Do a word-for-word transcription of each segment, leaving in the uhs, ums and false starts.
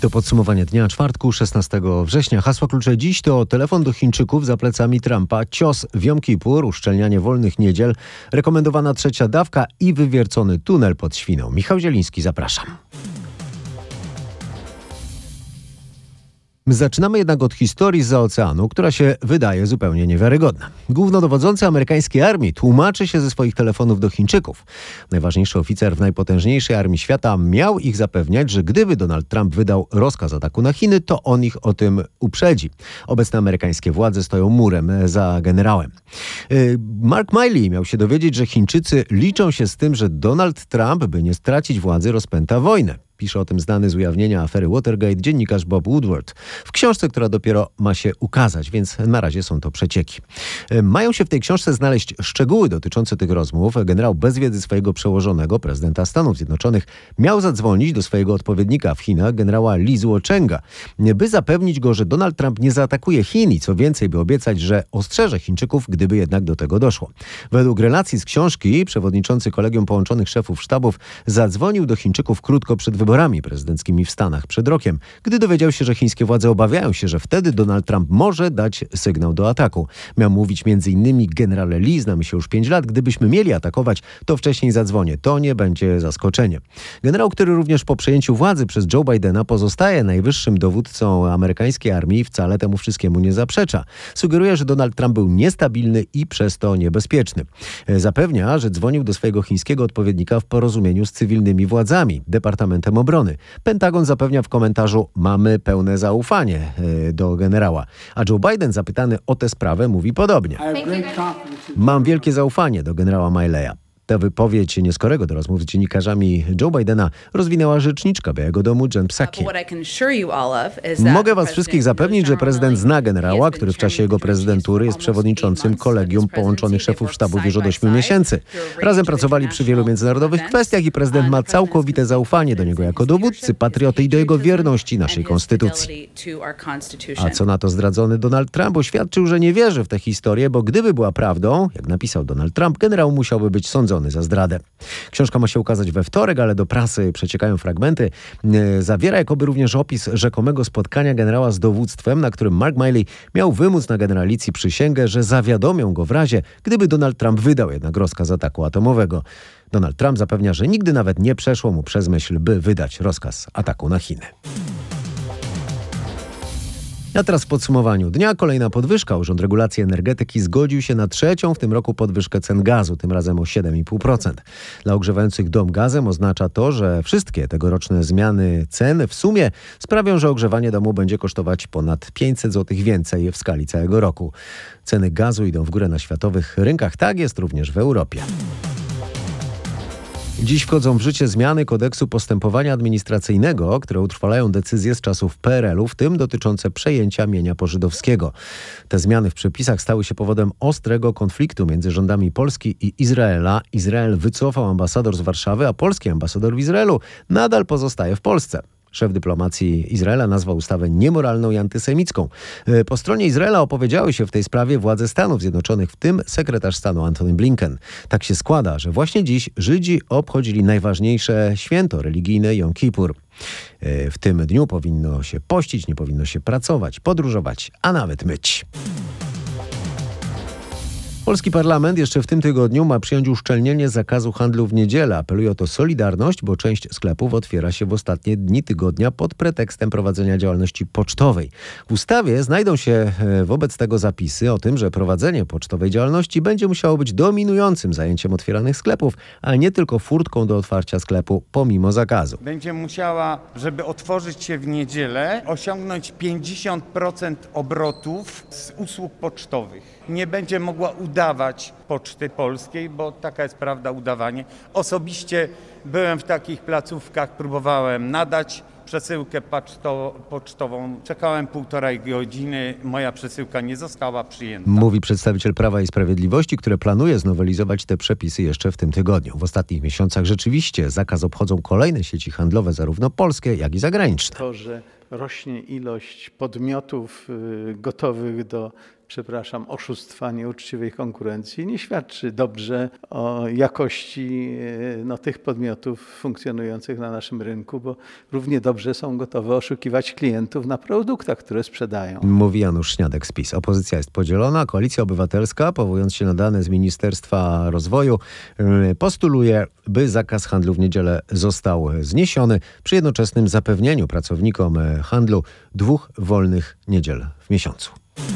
To podsumowanie dnia czwartku, szesnastego września. Hasła klucze dziś to telefon do Chińczyków za plecami Trumpa, cios w Jom Kippur, uszczelnianie wolnych niedziel, rekomendowana trzecia dawka i wywiercony tunel pod Świną. Michał Zieliński, zapraszam. Zaczynamy jednak od historii zza oceanu, która się wydaje zupełnie niewiarygodna. Głównodowodzący amerykańskiej armii tłumaczy się ze swoich telefonów do Chińczyków. Najważniejszy oficer w najpotężniejszej armii świata miał ich zapewniać, że gdyby Donald Trump wydał rozkaz ataku na Chiny, to on ich o tym uprzedzi. Obecne amerykańskie władze stoją murem za generałem. Mark Milley miał się dowiedzieć, że Chińczycy liczą się z tym, że Donald Trump, by nie stracić władzy, rozpęta wojnę. Pisze o tym znany z ujawnienia afery Watergate dziennikarz Bob Woodward. W książce, która dopiero ma się ukazać, więc na razie są to przecieki. Mają się w tej książce znaleźć szczegóły dotyczące tych rozmów. Generał bez wiedzy swojego przełożonego, prezydenta Stanów Zjednoczonych, miał zadzwonić do swojego odpowiednika w Chinach, generała Li Zuochenga, by zapewnić go, że Donald Trump nie zaatakuje Chin i co więcej, by obiecać, że ostrzeże Chińczyków, gdyby jednak do tego doszło. Według relacji z książki, przewodniczący Kolegium Połączonych Szefów Sztabów zadzwonił do Chińczyków krótko przed wyborami prezydenckimi w Stanach przed rokiem, gdy dowiedział się, że chińskie władze obawiają się, że wtedy Donald Trump może dać sygnał do ataku. Miał mówić między innymi: generale Lee, znamy się już pięć lat, gdybyśmy mieli atakować, to wcześniej zadzwonię. To nie będzie zaskoczenie. Generał, który również po przejęciu władzy przez Joe Bidena pozostaje najwyższym dowódcą amerykańskiej armii, wcale temu wszystkiemu nie zaprzecza. Sugeruje, że Donald Trump był niestabilny i przez to niebezpieczny. Zapewnia, że dzwonił do swojego chińskiego odpowiednika w porozumieniu z cywilnymi władzami, Departamentem Obrony. Pentagon zapewnia w komentarzu: mamy pełne zaufanie do generała. A Joe Biden, zapytany o tę sprawę, mówi podobnie: mam wielkie zaufanie do generała Milleya. Tę wypowiedź nieskorego do rozmów z dziennikarzami Joe Bidena rozwinęła rzeczniczka Białego Domu Jen Psaki. Mogę was wszystkich zapewnić, że prezydent zna generała, który w czasie jego prezydentury jest przewodniczącym Kolegium Połączonych Szefów Sztabów już od ośmiu miesięcy. Razem pracowali przy wielu międzynarodowych kwestiach i prezydent ma całkowite zaufanie do niego jako dowódcy, patrioty i do jego wierności naszej konstytucji. A co na to zdradzony Donald Trump oświadczył, że nie wierzy w tę historię, bo gdyby była prawdą, jak napisał Donald Trump, generał musiałby być sądzony za zdradę. Książka ma się ukazać we wtorek, ale do prasy przeciekają fragmenty. Zawiera jakoby również opis rzekomego spotkania generała z dowództwem, na którym Mark Milley miał wymóc na generalicji przysięgę, że zawiadomią go w razie, gdyby Donald Trump wydał jednak rozkaz ataku atomowego. Donald Trump zapewnia, że nigdy nawet nie przeszło mu przez myśl, by wydać rozkaz ataku na Chiny. A teraz w podsumowaniu dnia kolejna podwyżka. Urząd Regulacji Energetyki zgodził się na trzecią w tym roku podwyżkę cen gazu, tym razem o siedem i pół procent. Dla ogrzewających dom gazem oznacza to, że wszystkie tegoroczne zmiany cen w sumie sprawią, że ogrzewanie domu będzie kosztować ponad pięćset złotych więcej w skali całego roku. Ceny gazu idą w górę na światowych rynkach, tak jest również w Europie. Dziś wchodzą w życie zmiany kodeksu postępowania administracyjnego, które utrwalają decyzje z czasów P R L u, w tym dotyczące przejęcia mienia pożydowskiego. Te zmiany w przepisach stały się powodem ostrego konfliktu między rządami Polski i Izraela. Izrael wycofał ambasador z Warszawy, a polski ambasador w Izraelu nadal pozostaje w Polsce. Szef dyplomacji Izraela nazwał ustawę niemoralną i antysemicką. Po stronie Izraela opowiedziały się w tej sprawie władze Stanów Zjednoczonych, w tym sekretarz stanu Antony Blinken. Tak się składa, że właśnie dziś Żydzi obchodzili najważniejsze święto religijne Jom Kippur. W tym dniu powinno się pościć, nie powinno się pracować, podróżować, a nawet myć. Polski parlament jeszcze w tym tygodniu ma przyjąć uszczelnienie zakazu handlu w niedzielę. Apeluje o to Solidarność, bo część sklepów otwiera się w ostatnie dni tygodnia pod pretekstem prowadzenia działalności pocztowej. W ustawie znajdą się wobec tego zapisy o tym, że prowadzenie pocztowej działalności będzie musiało być dominującym zajęciem otwieranych sklepów, a nie tylko furtką do otwarcia sklepu pomimo zakazu. Będzie musiała, żeby otworzyć się w niedzielę, osiągnąć pięćdziesiąt procent obrotów z usług pocztowych. Nie będzie mogła udawać Poczty Polskiej, bo taka jest prawda, udawanie. Osobiście byłem w takich placówkach, próbowałem nadać przesyłkę poczto, pocztową. Czekałem półtorej godziny, moja przesyłka nie została przyjęta. Mówi przedstawiciel Prawa i Sprawiedliwości, które planuje znowelizować te przepisy jeszcze w tym tygodniu. W ostatnich miesiącach rzeczywiście zakaz obchodzą kolejne sieci handlowe, zarówno polskie, jak i zagraniczne. To, że rośnie ilość podmiotów gotowych do przepraszam, oszustwa, nieuczciwej konkurencji nie świadczy dobrze o jakości no, tych podmiotów funkcjonujących na naszym rynku, bo równie dobrze są gotowe oszukiwać klientów na produktach, które sprzedają. Mówi Janusz Śniadek z PiS. Opozycja jest podzielona. Koalicja Obywatelska, powołując się na dane z Ministerstwa Rozwoju, postuluje, by zakaz handlu w niedzielę został zniesiony przy jednoczesnym zapewnieniu pracownikom handlu dwóch wolnych niedziel w miesiącu.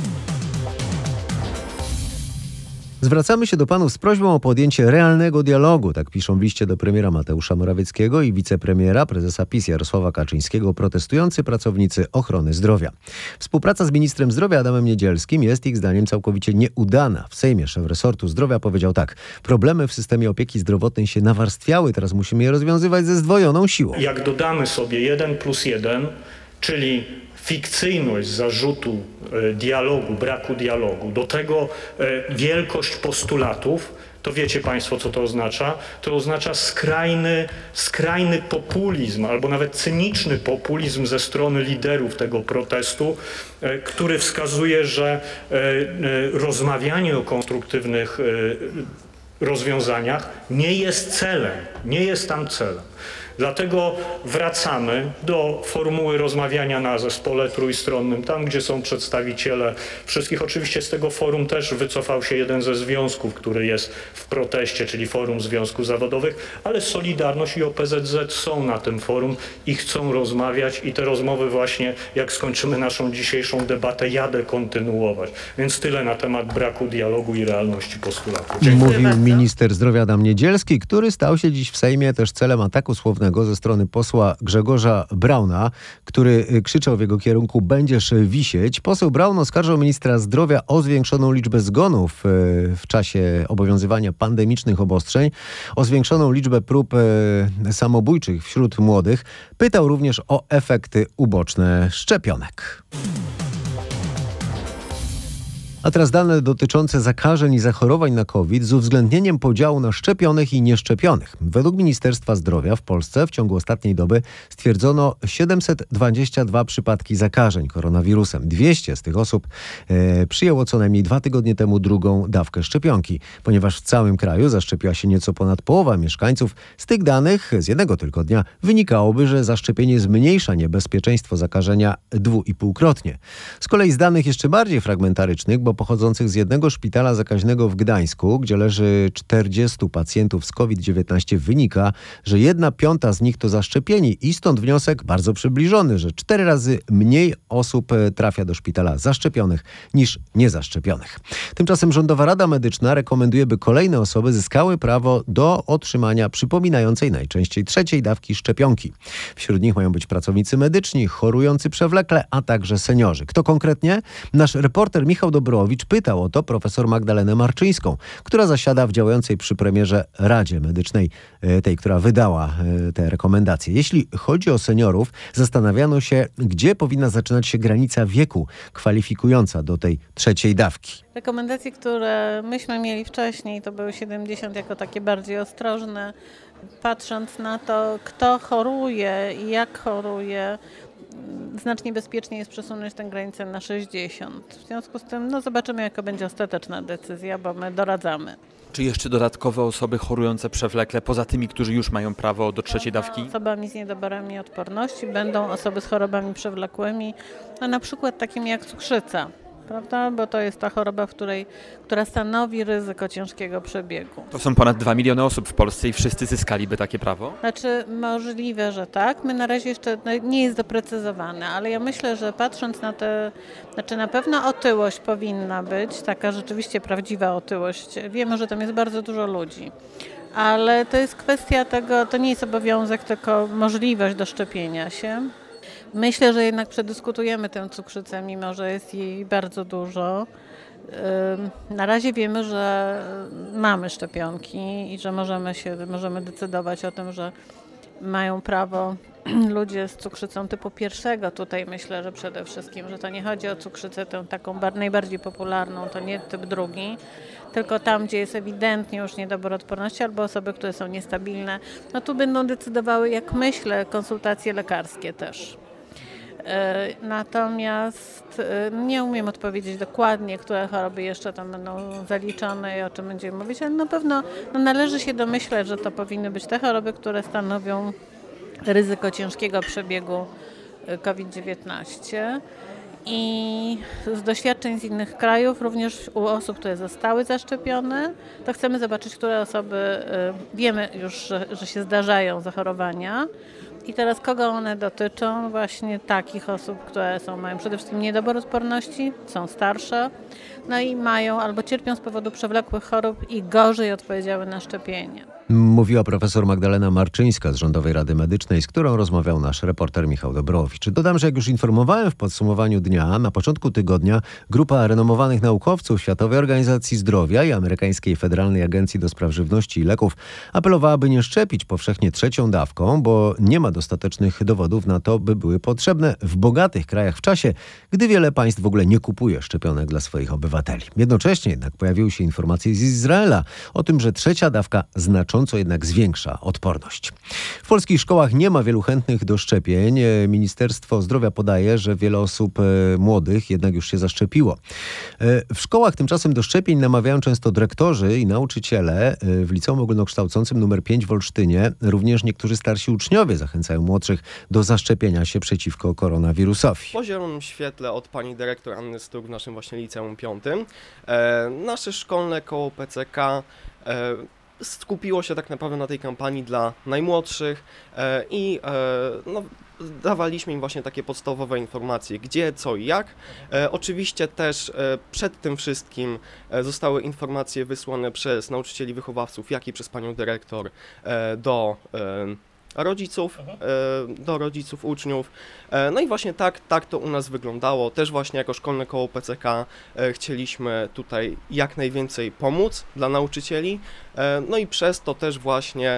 Zwracamy się do panów z prośbą o podjęcie realnego dialogu, tak piszą w liście do premiera Mateusza Morawieckiego i wicepremiera, prezesa PiS Jarosława Kaczyńskiego, protestujący pracownicy ochrony zdrowia. Współpraca z ministrem zdrowia Adamem Niedzielskim jest ich zdaniem całkowicie nieudana. W Sejmie szef resortu zdrowia powiedział tak: problemy w systemie opieki zdrowotnej się nawarstwiały, teraz musimy je rozwiązywać ze zdwojoną siłą. Jak dodamy sobie jeden plus jeden, czyli fikcyjność zarzutu dialogu, braku dialogu, do tego wielkość postulatów, to wiecie państwo, co to oznacza? To oznacza skrajny, skrajny populizm, albo nawet cyniczny populizm ze strony liderów tego protestu, który wskazuje, że rozmawianie o konstruktywnych rozwiązaniach nie jest celem, nie jest tam celem. Dlatego wracamy do formuły rozmawiania na zespole trójstronnym, tam gdzie są przedstawiciele wszystkich. Oczywiście z tego forum też wycofał się jeden ze związków, który jest w proteście, czyli Forum Związków Zawodowych, ale Solidarność i O P Z Z są na tym forum i chcą rozmawiać i te rozmowy właśnie, jak skończymy naszą dzisiejszą debatę, jadę kontynuować. Więc tyle na temat braku dialogu i realności postulatu. Dziękuję. Mówił minister zdrowia Adam Niedzielski, który stał się dziś w Sejmie też celem ataku słownego ze strony posła Grzegorza Brauna, który krzyczał w jego kierunku: będziesz wisieć. Poseł Braun oskarżał ministra zdrowia o zwiększoną liczbę zgonów w czasie obowiązywania pandemicznych obostrzeń, o zwiększoną liczbę prób samobójczych wśród młodych. Pytał również o efekty uboczne szczepionek. A teraz dane dotyczące zakażeń i zachorowań na COVID z uwzględnieniem podziału na szczepionych i nieszczepionych. Według Ministerstwa Zdrowia w Polsce w ciągu ostatniej doby stwierdzono siedemset dwadzieścia dwa przypadki zakażeń koronawirusem. dwieście z tych osób e, przyjęło co najmniej dwa tygodnie temu drugą dawkę szczepionki. Ponieważ w całym kraju zaszczepiła się nieco ponad połowa mieszkańców, z tych danych z jednego tylko dnia wynikałoby, że zaszczepienie zmniejsza niebezpieczeństwo zakażenia dwu i półkrotnie. Z kolei z danych jeszcze bardziej fragmentarycznych, bo pochodzących z jednego szpitala zakaźnego w Gdańsku, gdzie leży czterdziestu pacjentów z COVID dziewiętnaście, wynika, że jedna piąta z nich to zaszczepieni i stąd wniosek bardzo przybliżony, że cztery razy mniej osób trafia do szpitala zaszczepionych niż niezaszczepionych. Tymczasem Rządowa Rada Medyczna rekomenduje, by kolejne osoby zyskały prawo do otrzymania przypominającej najczęściej trzeciej dawki szczepionki. Wśród nich mają być pracownicy medyczni, chorujący przewlekle, a także seniorzy. Kto konkretnie? Nasz reporter Michał Dobrowicz pytał o to profesor Magdalenę Marczyńską, która zasiada w działającej przy premierze Radzie Medycznej, tej, która wydała te rekomendacje. Jeśli chodzi o seniorów, zastanawiano się, gdzie powinna zaczynać się granica wieku kwalifikująca do tej trzeciej dawki. Rekomendacje, które myśmy mieli wcześniej, to były siedemdziesiąt jako takie bardziej ostrożne. Patrząc na to, kto choruje i jak choruje, znacznie bezpieczniej jest przesunąć tę granicę na sześćdziesiąt. W związku z tym no zobaczymy, jaka będzie ostateczna decyzja, bo my doradzamy. Czy jeszcze dodatkowe osoby chorujące przewlekle, poza tymi, którzy już mają prawo do trzeciej dawki? Osobami z niedoborami odporności będą osoby z chorobami przewlekłymi, a na przykład takimi jak cukrzyca, prawda? Bo to jest ta choroba, w której, która stanowi ryzyko ciężkiego przebiegu. To są ponad dwa miliony osób w Polsce i wszyscy zyskaliby takie prawo? Znaczy możliwe, że tak. My na razie jeszcze nie jest doprecyzowane, ale ja myślę, że patrząc na te, znaczy na pewno otyłość powinna być, taka rzeczywiście prawdziwa otyłość. Wiemy, że tam jest bardzo dużo ludzi. Ale to jest kwestia tego, to nie jest obowiązek, tylko możliwość do szczepienia się. Myślę, że jednak przedyskutujemy tę cukrzycę, mimo że jest jej bardzo dużo. Na razie wiemy, że mamy szczepionki i że możemy się, możemy decydować o tym, że mają prawo ludzie z cukrzycą typu pierwszego. Tutaj myślę, że przede wszystkim, że to nie chodzi o cukrzycę tę taką najbardziej popularną, to nie typ drugi, tylko tam, gdzie jest ewidentnie już niedobór odporności albo osoby, które są niestabilne. No tu będą decydowały, jak myślę, konsultacje lekarskie też. Natomiast nie umiem odpowiedzieć dokładnie, które choroby jeszcze tam będą zaliczone i o czym będziemy mówić, ale na pewno no, należy się domyśleć, że to powinny być te choroby, które stanowią ryzyko ciężkiego przebiegu kowid dziewiętnaście. I z doświadczeń z innych krajów, również u osób, które zostały zaszczepione, to chcemy zobaczyć, które osoby, wiemy już, że, że się zdarzają zachorowania. I teraz kogo one dotyczą? Właśnie takich osób, które są, mają przede wszystkim niedobór odporności, są starsze, no i mają albo cierpią z powodu przewlekłych chorób i gorzej odpowiedziały na szczepienie. Mówiła profesor Magdalena Marczyńska z Rządowej Rady Medycznej, z którą rozmawiał nasz reporter Michał Dobrowicz. Dodam, że jak już informowałem w podsumowaniu dnia, na początku tygodnia grupa renomowanych naukowców Światowej Organizacji Zdrowia i Amerykańskiej Federalnej Agencji do Spraw Żywności i Leków apelowała, by nie szczepić powszechnie trzecią dawką, bo nie ma dostatecznych dowodów na to, by były potrzebne w bogatych krajach w czasie, gdy wiele państw w ogóle nie kupuje szczepionek dla swoich obywateli. Jednocześnie jednak pojawiły się informacje z Izraela o tym, że trzecia dawka znacząco jednak zwiększa odporność. W polskich szkołach nie ma wielu chętnych do szczepień. Ministerstwo Zdrowia podaje, że wiele osób młodych jednak już się zaszczepiło. W szkołach tymczasem do szczepień namawiają często dyrektorzy i nauczyciele. W liceum ogólnokształcącym numer pięć w Olsztynie również niektórzy starsi uczniowie zachęcają młodszych do zaszczepienia się przeciwko koronawirusowi. Po zielonym świetle od pani dyrektor Anny Stuk w naszym właśnie liceum piątym e, nasze szkolne koło P C K e, skupiło się tak naprawdę na tej kampanii dla najmłodszych e, i e, no, dawaliśmy im właśnie takie podstawowe informacje, gdzie, co i jak. E, oczywiście też e, przed tym wszystkim e, zostały informacje wysłane przez nauczycieli wychowawców, jak i przez panią dyrektor e, do e, rodziców, do rodziców uczniów. No i właśnie tak, tak to u nas wyglądało. Też właśnie jako szkolne koło P C K chcieliśmy tutaj jak najwięcej pomóc dla nauczycieli. No i przez to też właśnie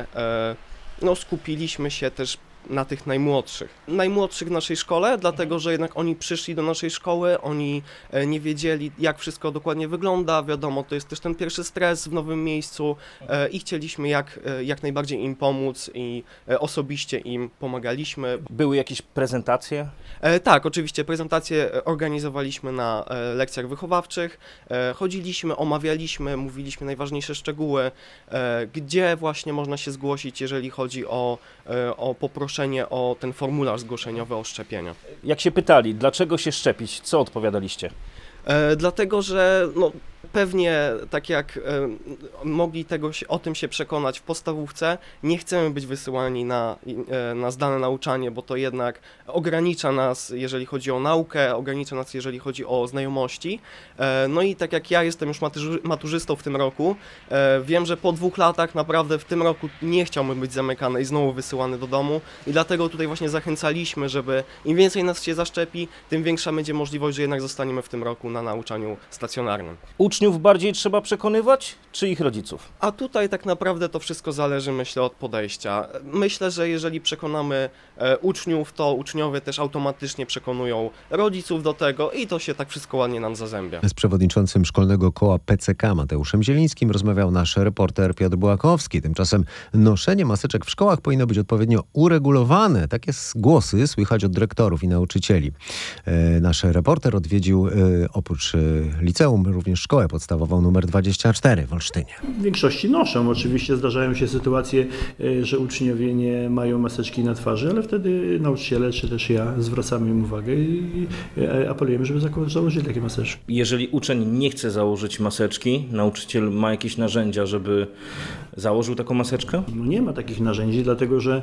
no, skupiliśmy się też na tych najmłodszych. Najmłodszych w naszej szkole, dlatego że jednak oni przyszli do naszej szkoły, oni nie wiedzieli, jak wszystko dokładnie wygląda, wiadomo, to jest też ten pierwszy stres w nowym miejscu i chcieliśmy jak, jak najbardziej im pomóc i osobiście im pomagaliśmy. Były jakieś prezentacje? Tak, oczywiście prezentacje organizowaliśmy na lekcjach wychowawczych, chodziliśmy, omawialiśmy, mówiliśmy najważniejsze szczegóły, gdzie właśnie można się zgłosić, jeżeli chodzi o, o poproszenie o ten formularz zgłoszeniowy o szczepienia. Jak się pytali, dlaczego się szczepić, co odpowiadaliście? E, dlatego, że no, pewnie tak jak e, mogli tego się, o tym się przekonać w podstawówce, nie chcemy być wysyłani na, e, na zdane nauczanie, bo to jednak ogranicza nas, jeżeli chodzi o naukę, ogranicza nas, jeżeli chodzi o znajomości. E, no i tak jak ja jestem już maturzy, maturzystą w tym roku, e, wiem, że po dwóch latach naprawdę w tym roku nie chciałbym być zamykany i znowu wysyłany do domu i dlatego tutaj właśnie zachęcaliśmy, żeby im więcej nas się zaszczepi, tym większa będzie możliwość, że jednak zostaniemy w tym roku na nauczaniu stacjonarnym. Uczniów bardziej trzeba przekonywać, czy ich rodziców? A tutaj tak naprawdę to wszystko zależy, myślę, od podejścia. Myślę, że jeżeli przekonamy e, uczniów, to uczniowie też automatycznie przekonują rodziców do tego i to się tak wszystko ładnie nam zazębia. Z przewodniczącym szkolnego koła P C K Mateuszem Zielińskim rozmawiał nasz reporter Piotr Bułakowski. Tymczasem noszenie maseczek w szkołach powinno być odpowiednio uregulowane. Takie głosy słychać od dyrektorów i nauczycieli. E, nasz reporter odwiedził e, oprócz e, liceum również szkołę podstawową numer dwadzieścia cztery w Olsztynie. W większości noszą. Oczywiście zdarzają się sytuacje, że uczniowie nie mają maseczki na twarzy, ale wtedy nauczyciele czy też ja zwracamy im uwagę i apelujemy, żeby założyli takie maseczki. Jeżeli uczeń nie chce założyć maseczki, nauczyciel ma jakieś narzędzia, żeby założył taką maseczkę? No nie ma takich narzędzi, dlatego że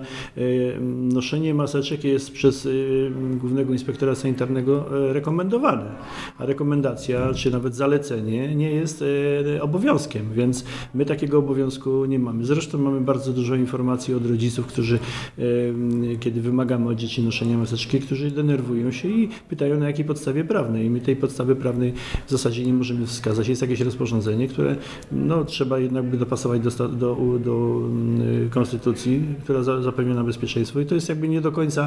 noszenie maseczek jest przez Głównego Inspektora Sanitarnego rekomendowane, a rekomendacja czy nawet zalecenie nie jest obowiązkiem, więc my takiego obowiązku nie mamy. Zresztą mamy bardzo dużo informacji od rodziców, którzy, kiedy wymagamy od dzieci noszenia maseczki, którzy denerwują się i pytają, na jakiej podstawie prawnej. I my tej podstawy prawnej w zasadzie nie możemy wskazać. Jest jakieś rozporządzenie, które no, trzeba jednak by dopasować do, do, do konstytucji, która za, zapewnia nam bezpieczeństwo i to jest jakby nie do końca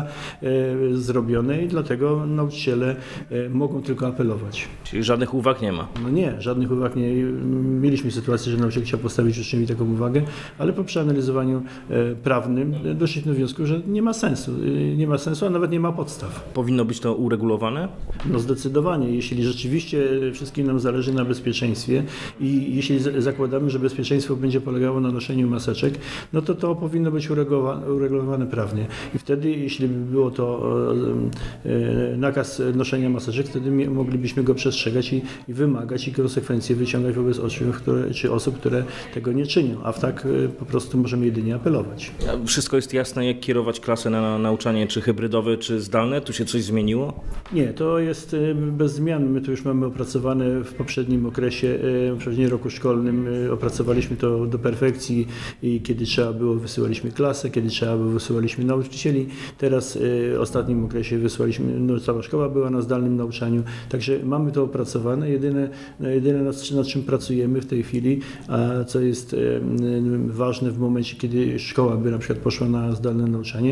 e, zrobione i dlatego nauczyciele e, mogą tylko apelować. Czyli żadnych uwag nie ma? No nie, żadnych uwag nie mieliśmy sytuacji, że nauczyciel chciał postawić uczniowi taką uwagę, ale po przeanalizowaniu prawnym doszliśmy do wniosku, że nie ma sensu. Nie ma sensu, a nawet nie ma podstaw. Powinno być to uregulowane? No zdecydowanie. Jeśli rzeczywiście wszystkim nam zależy na bezpieczeństwie i jeśli zakładamy, że bezpieczeństwo będzie polegało na noszeniu maseczek, no to to powinno być uregulowane, uregulowane prawnie. I wtedy, jeśli by było to nakaz noszenia maseczek, wtedy moglibyśmy go przestrzegać i, i wymagać i konsekwencje wyciągać wobec uczniów, które, czy osób, które tego nie czynią. A w tak po prostu możemy jedynie apelować. Wszystko jest jasne, jak kierować klasę na nauczanie, czy hybrydowe, czy zdalne? Tu się coś zmieniło? Nie, to jest bez zmian. My to już mamy opracowane w poprzednim okresie, w poprzednim roku szkolnym. Opracowaliśmy to do perfekcji i kiedy trzeba było, wysyłaliśmy klasę, kiedy trzeba było, wysyłaliśmy nauczycieli. Teraz w ostatnim okresie wysłaliśmy, no cała szkoła była na zdalnym nauczaniu, także mamy to opracowane. Jedyne, jedyne nad, nad czym pracujemy w tej chwili, a co jest ważne w momencie, kiedy szkoła by na przykład poszła na zdalne nauczanie,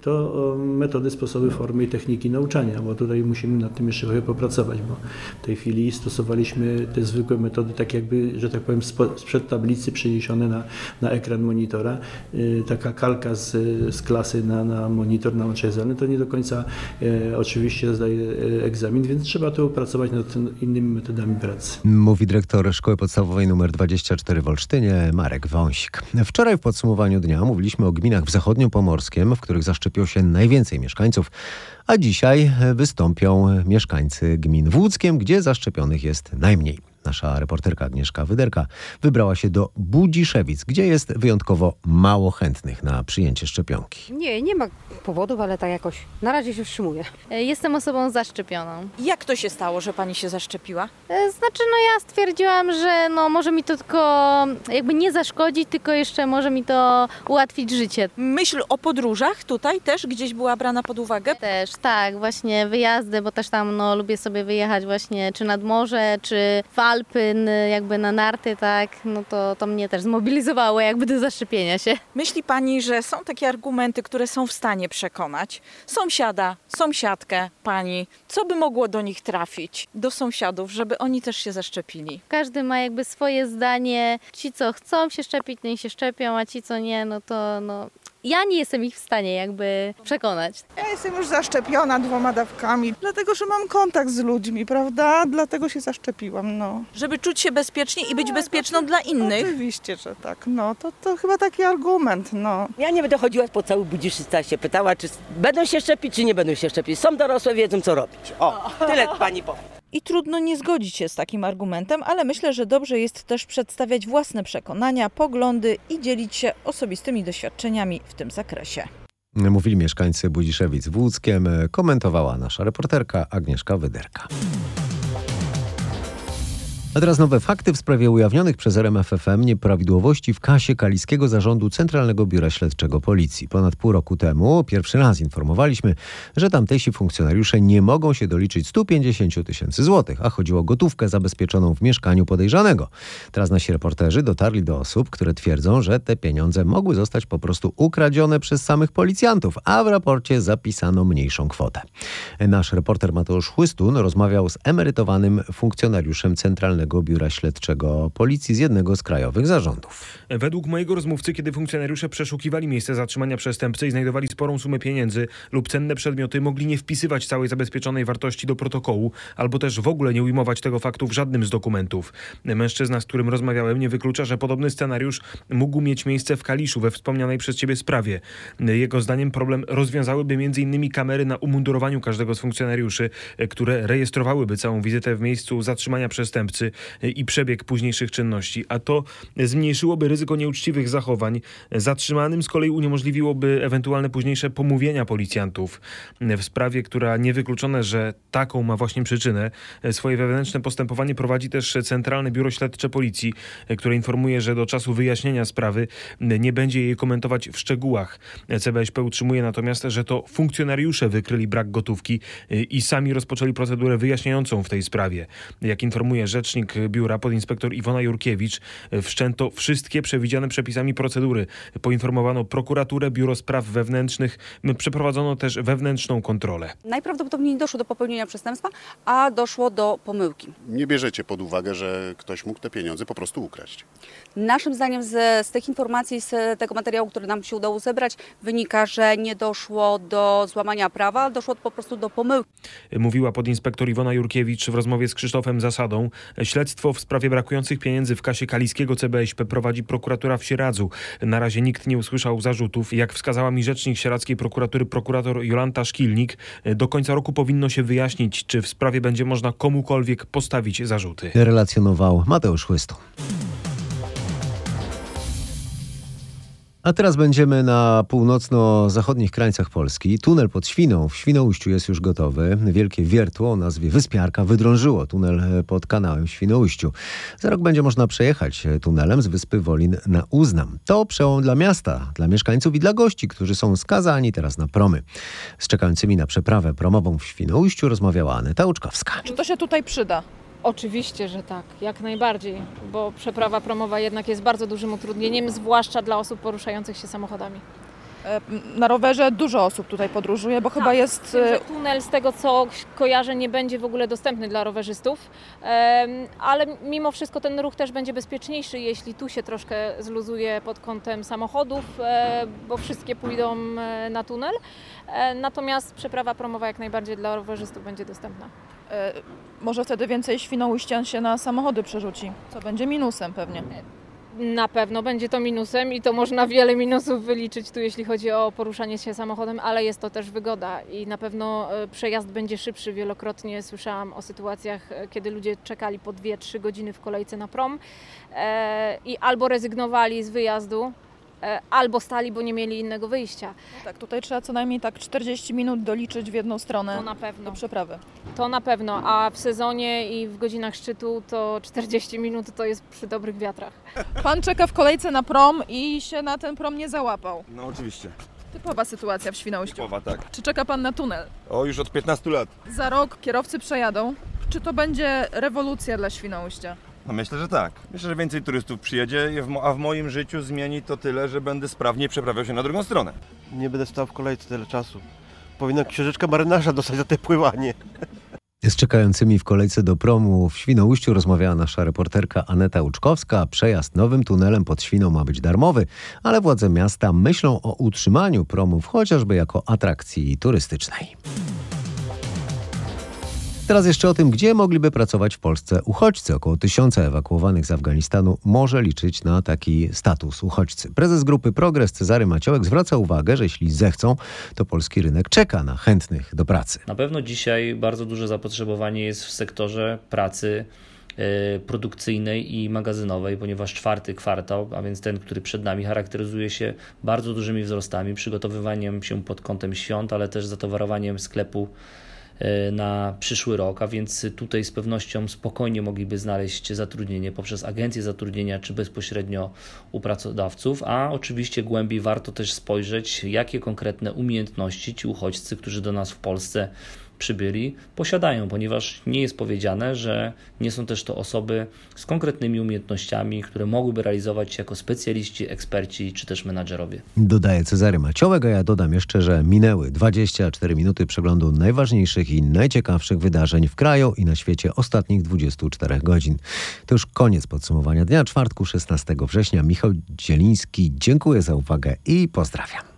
to metody, sposoby, formy i techniki nauczania, bo tutaj musimy nad tym jeszcze trochę popracować, bo w tej chwili stosowaliśmy te zwykłe metody, tak jakby, że tak powiem, sprzed tablicy przeniesione na, na ekran monitora. Taka kalka z, z klasy na, na monitor, na łącze zdalne, to nie do końca e, oczywiście zdaje egzamin, więc trzeba tu pracować nad innymi metodami pracy. Mówi dyrektor Szkoły Podstawowej nr dwadzieścia cztery w Olsztynie, Marek Wąsik. Wczoraj w podsumowaniu dnia mówiliśmy o gminach w zachodniopomorskiem, w których zaszczepiło się najwięcej mieszkańców, a dzisiaj wystąpią mieszkańcy gmin w Łódzkiem, gdzie zaszczepionych jest najmniej. Nasza reporterka Agnieszka Wyderka wybrała się do Budziszewic, gdzie jest wyjątkowo mało chętnych na przyjęcie szczepionki. Nie, nie ma powodów, ale tak jakoś na razie się wstrzymuję. Jestem osobą zaszczepioną. Jak to się stało, że pani się zaszczepiła? Znaczy, no ja stwierdziłam, że no może mi to tylko jakby nie zaszkodzić, tylko jeszcze może mi to ułatwić życie. Myśl o podróżach tutaj też gdzieś była brana pod uwagę? Też, tak, właśnie wyjazdy, bo też tam no lubię sobie wyjechać właśnie czy nad morze, czy w Alpy, jakby na narty, tak, no to, to mnie też zmobilizowało jakby do zaszczepienia się. Myśli pani, że są takie argumenty, które są w stanie przekonać sąsiada, sąsiadkę pani, co by mogło do nich trafić, do sąsiadów, żeby oni też się zaszczepili? Każdy ma jakby swoje zdanie, ci co chcą się szczepić, niech się szczepią, a ci co nie, no to no... Ja nie jestem ich w stanie jakby przekonać. Ja jestem już zaszczepiona dwoma dawkami, dlatego że mam kontakt z ludźmi, prawda? Dlatego się zaszczepiłam, no. Żeby czuć się bezpiecznie i być bezpieczną to, dla innych? Oczywiście, że tak, no. To, to chyba taki argument, no. Ja nie będę chodziła po cały Budziszyca, się pytała, czy będą się szczepić, czy nie będą się szczepić. Są dorosłe, wiedzą co robić. O, tyle pani powie. I trudno nie zgodzić się z takim argumentem, ale myślę, że dobrze jest też przedstawiać własne przekonania, poglądy i dzielić się osobistymi doświadczeniami w tym zakresie. Mówili mieszkańcy Budziszewic w Łódzkiem, komentowała nasza reporterka Agnieszka Wyderka. A teraz nowe fakty w sprawie ujawnionych przez R M F F M nieprawidłowości w kasie Kaliskiego Zarządu Centralnego Biura Śledczego Policji. Ponad pół roku temu pierwszy raz informowaliśmy, że tamtejsi funkcjonariusze nie mogą się doliczyć stu pięćdziesięciu tysięcy złotych, a chodziło o gotówkę zabezpieczoną w mieszkaniu podejrzanego. Teraz nasi reporterzy dotarli do osób, które twierdzą, że te pieniądze mogły zostać po prostu ukradzione przez samych policjantów, a w raporcie zapisano mniejszą kwotę. Nasz reporter Mateusz Chłystun rozmawiał z emerytowanym funkcjonariuszem Centralnego Biura Śledczego Policji z jednego z krajowych zarządów. Według mojego rozmówcy, kiedy funkcjonariusze przeszukiwali miejsce zatrzymania przestępcy i znajdowali sporą sumę pieniędzy lub cenne przedmioty, mogli nie wpisywać całej zabezpieczonej wartości do protokołu, albo też w ogóle nie ujmować tego faktu w żadnym z dokumentów. Mężczyzna, z którym rozmawiałem, nie wyklucza, że podobny scenariusz mógł mieć miejsce w Kaliszu we wspomnianej przez ciebie sprawie. Jego zdaniem problem rozwiązałyby m.in. kamery na umundurowaniu każdego z funkcjonariuszy, które rejestrowałyby całą wizytę w miejscu zatrzymania przestępcy i przebieg późniejszych czynności, a to zmniejszyłoby ryzyko nieuczciwych zachowań. Zatrzymanym z kolei uniemożliwiłoby ewentualne późniejsze pomówienia policjantów. W sprawie, która niewykluczone, że taką ma właśnie przyczynę, swoje wewnętrzne postępowanie prowadzi też Centralne Biuro Śledcze Policji, które informuje, że do czasu wyjaśnienia sprawy nie będzie jej komentować w szczegółach. C B Ś P utrzymuje natomiast, że to funkcjonariusze wykryli brak gotówki i sami rozpoczęli procedurę wyjaśniającą w tej sprawie. Jak informuje rzecznik kierownik biura, podinspektor Iwona Jurkiewicz. Wszczęto wszystkie przewidziane przepisami procedury. Poinformowano prokuraturę, biuro spraw wewnętrznych. Przeprowadzono też wewnętrzną kontrolę. Najprawdopodobniej nie doszło do popełnienia przestępstwa, a doszło do pomyłki. Nie bierzecie pod uwagę, że ktoś mógł te pieniądze po prostu ukraść? Naszym zdaniem z, z tych informacji, z tego materiału, który nam się udało zebrać, wynika, że nie doszło do złamania prawa, doszło po prostu do pomyłki. Mówiła podinspektor Iwona Jurkiewicz w rozmowie z Krzysztofem Zasadą. Śledztwo w sprawie brakujących pieniędzy w kasie kaliskiego C B S P prowadzi prokuratura w Sieradzu. Na razie nikt nie usłyszał zarzutów. Jak wskazała mi rzecznik sieradzkiej prokuratury prokurator Jolanta Szkilnik, do końca roku powinno się wyjaśnić, czy w sprawie będzie można komukolwiek postawić zarzuty. Relacjonował Mateusz Chłystu. A teraz będziemy na północno-zachodnich krańcach Polski. Tunel pod Świną w Świnoujściu jest już gotowy. Wielkie wiertło o nazwie Wyspiarka wydrążyło tunel pod kanałem w Świnoujściu. Za rok będzie można przejechać tunelem z wyspy Wolin na Uznam. To przełom dla miasta, dla mieszkańców i dla gości, którzy są skazani teraz na promy. Z czekającymi na przeprawę promową w Świnoujściu rozmawiała Aneta Łuczkowska. Czy to się tutaj przyda? Oczywiście, że tak, jak najbardziej, bo przeprawa promowa jednak jest bardzo dużym utrudnieniem, zwłaszcza dla osób poruszających się samochodami. Na rowerze dużo osób tutaj podróżuje, bo tak, chyba jest... Tym, że tunel, z tego co kojarzę, nie będzie w ogóle dostępny dla rowerzystów, ale mimo wszystko ten ruch też będzie bezpieczniejszy, jeśli tu się troszkę zluzuje pod kątem samochodów, bo wszystkie pójdą na tunel. Natomiast przeprawa promowa jak najbardziej dla rowerzystów będzie dostępna. Może wtedy więcej świnoujścian się na samochody przerzuci, co będzie minusem pewnie. Na pewno będzie to minusem i to można wiele minusów wyliczyć tu, jeśli chodzi o poruszanie się samochodem, ale jest to też wygoda i na pewno przejazd będzie szybszy. Wielokrotnie słyszałam o sytuacjach, kiedy ludzie czekali po dwie trzy godziny w kolejce na prom i albo rezygnowali z wyjazdu, albo stali, bo nie mieli innego wyjścia. No tak, tutaj trzeba co najmniej tak czterdzieści minut doliczyć w jedną stronę to na pewno. do przeprawy. To na pewno, a w sezonie i w godzinach szczytu to czterdzieści minut to jest przy dobrych wiatrach. Pan czeka w kolejce na prom i się na ten prom nie załapał. No oczywiście. Typowa sytuacja w Świnoujściu. Typowa, tak. Czy czeka pan na tunel? O, już od piętnastu lat. Za rok kierowcy przejadą. Czy to będzie rewolucja dla Świnoujścia? No myślę, że tak. Myślę, że więcej turystów przyjedzie, a w moim życiu zmieni to tyle, że będę sprawniej przeprawiał się na drugą stronę. Nie będę stał w kolejce tyle czasu. Powinna książeczka marynarza dostać za te pływanie. Z czekającymi w kolejce do promu w Świnoujściu rozmawiała nasza reporterka Aneta Łuczkowska. Przejazd nowym tunelem pod Świną ma być darmowy, ale władze miasta myślą o utrzymaniu promów chociażby jako atrakcji turystycznej. Teraz jeszcze o tym, gdzie mogliby pracować w Polsce uchodźcy. Około tysiąca ewakuowanych z Afganistanu może liczyć na taki status uchodźcy. Prezes grupy Progres Cezary Maciołek zwraca uwagę, że jeśli zechcą, to polski rynek czeka na chętnych do pracy. Na pewno dzisiaj bardzo duże zapotrzebowanie jest w sektorze pracy produkcyjnej i magazynowej, ponieważ czwarty kwartał, a więc ten, który przed nami, charakteryzuje się bardzo dużymi wzrostami, przygotowywaniem się pod kątem świąt, ale też zatowarowaniem sklepu na przyszły rok, a więc tutaj z pewnością spokojnie mogliby znaleźć zatrudnienie poprzez agencje zatrudnienia czy bezpośrednio u pracodawców, a oczywiście głębiej warto też spojrzeć, jakie konkretne umiejętności ci uchodźcy, którzy do nas w Polsce przybyli, posiadają, ponieważ nie jest powiedziane, że nie są też to osoby z konkretnymi umiejętnościami, które mogłyby realizować się jako specjaliści, eksperci czy też menadżerowie. Dodaje Cezary Maciołek, a ja dodam jeszcze, że minęły dwadzieścia cztery minuty przeglądu najważniejszych i najciekawszych wydarzeń w kraju i na świecie ostatnich dwudziestu czterech godzin. To już koniec podsumowania dnia czwartku szesnastego września. Michał Dzieliński, dziękuję za uwagę i pozdrawiam.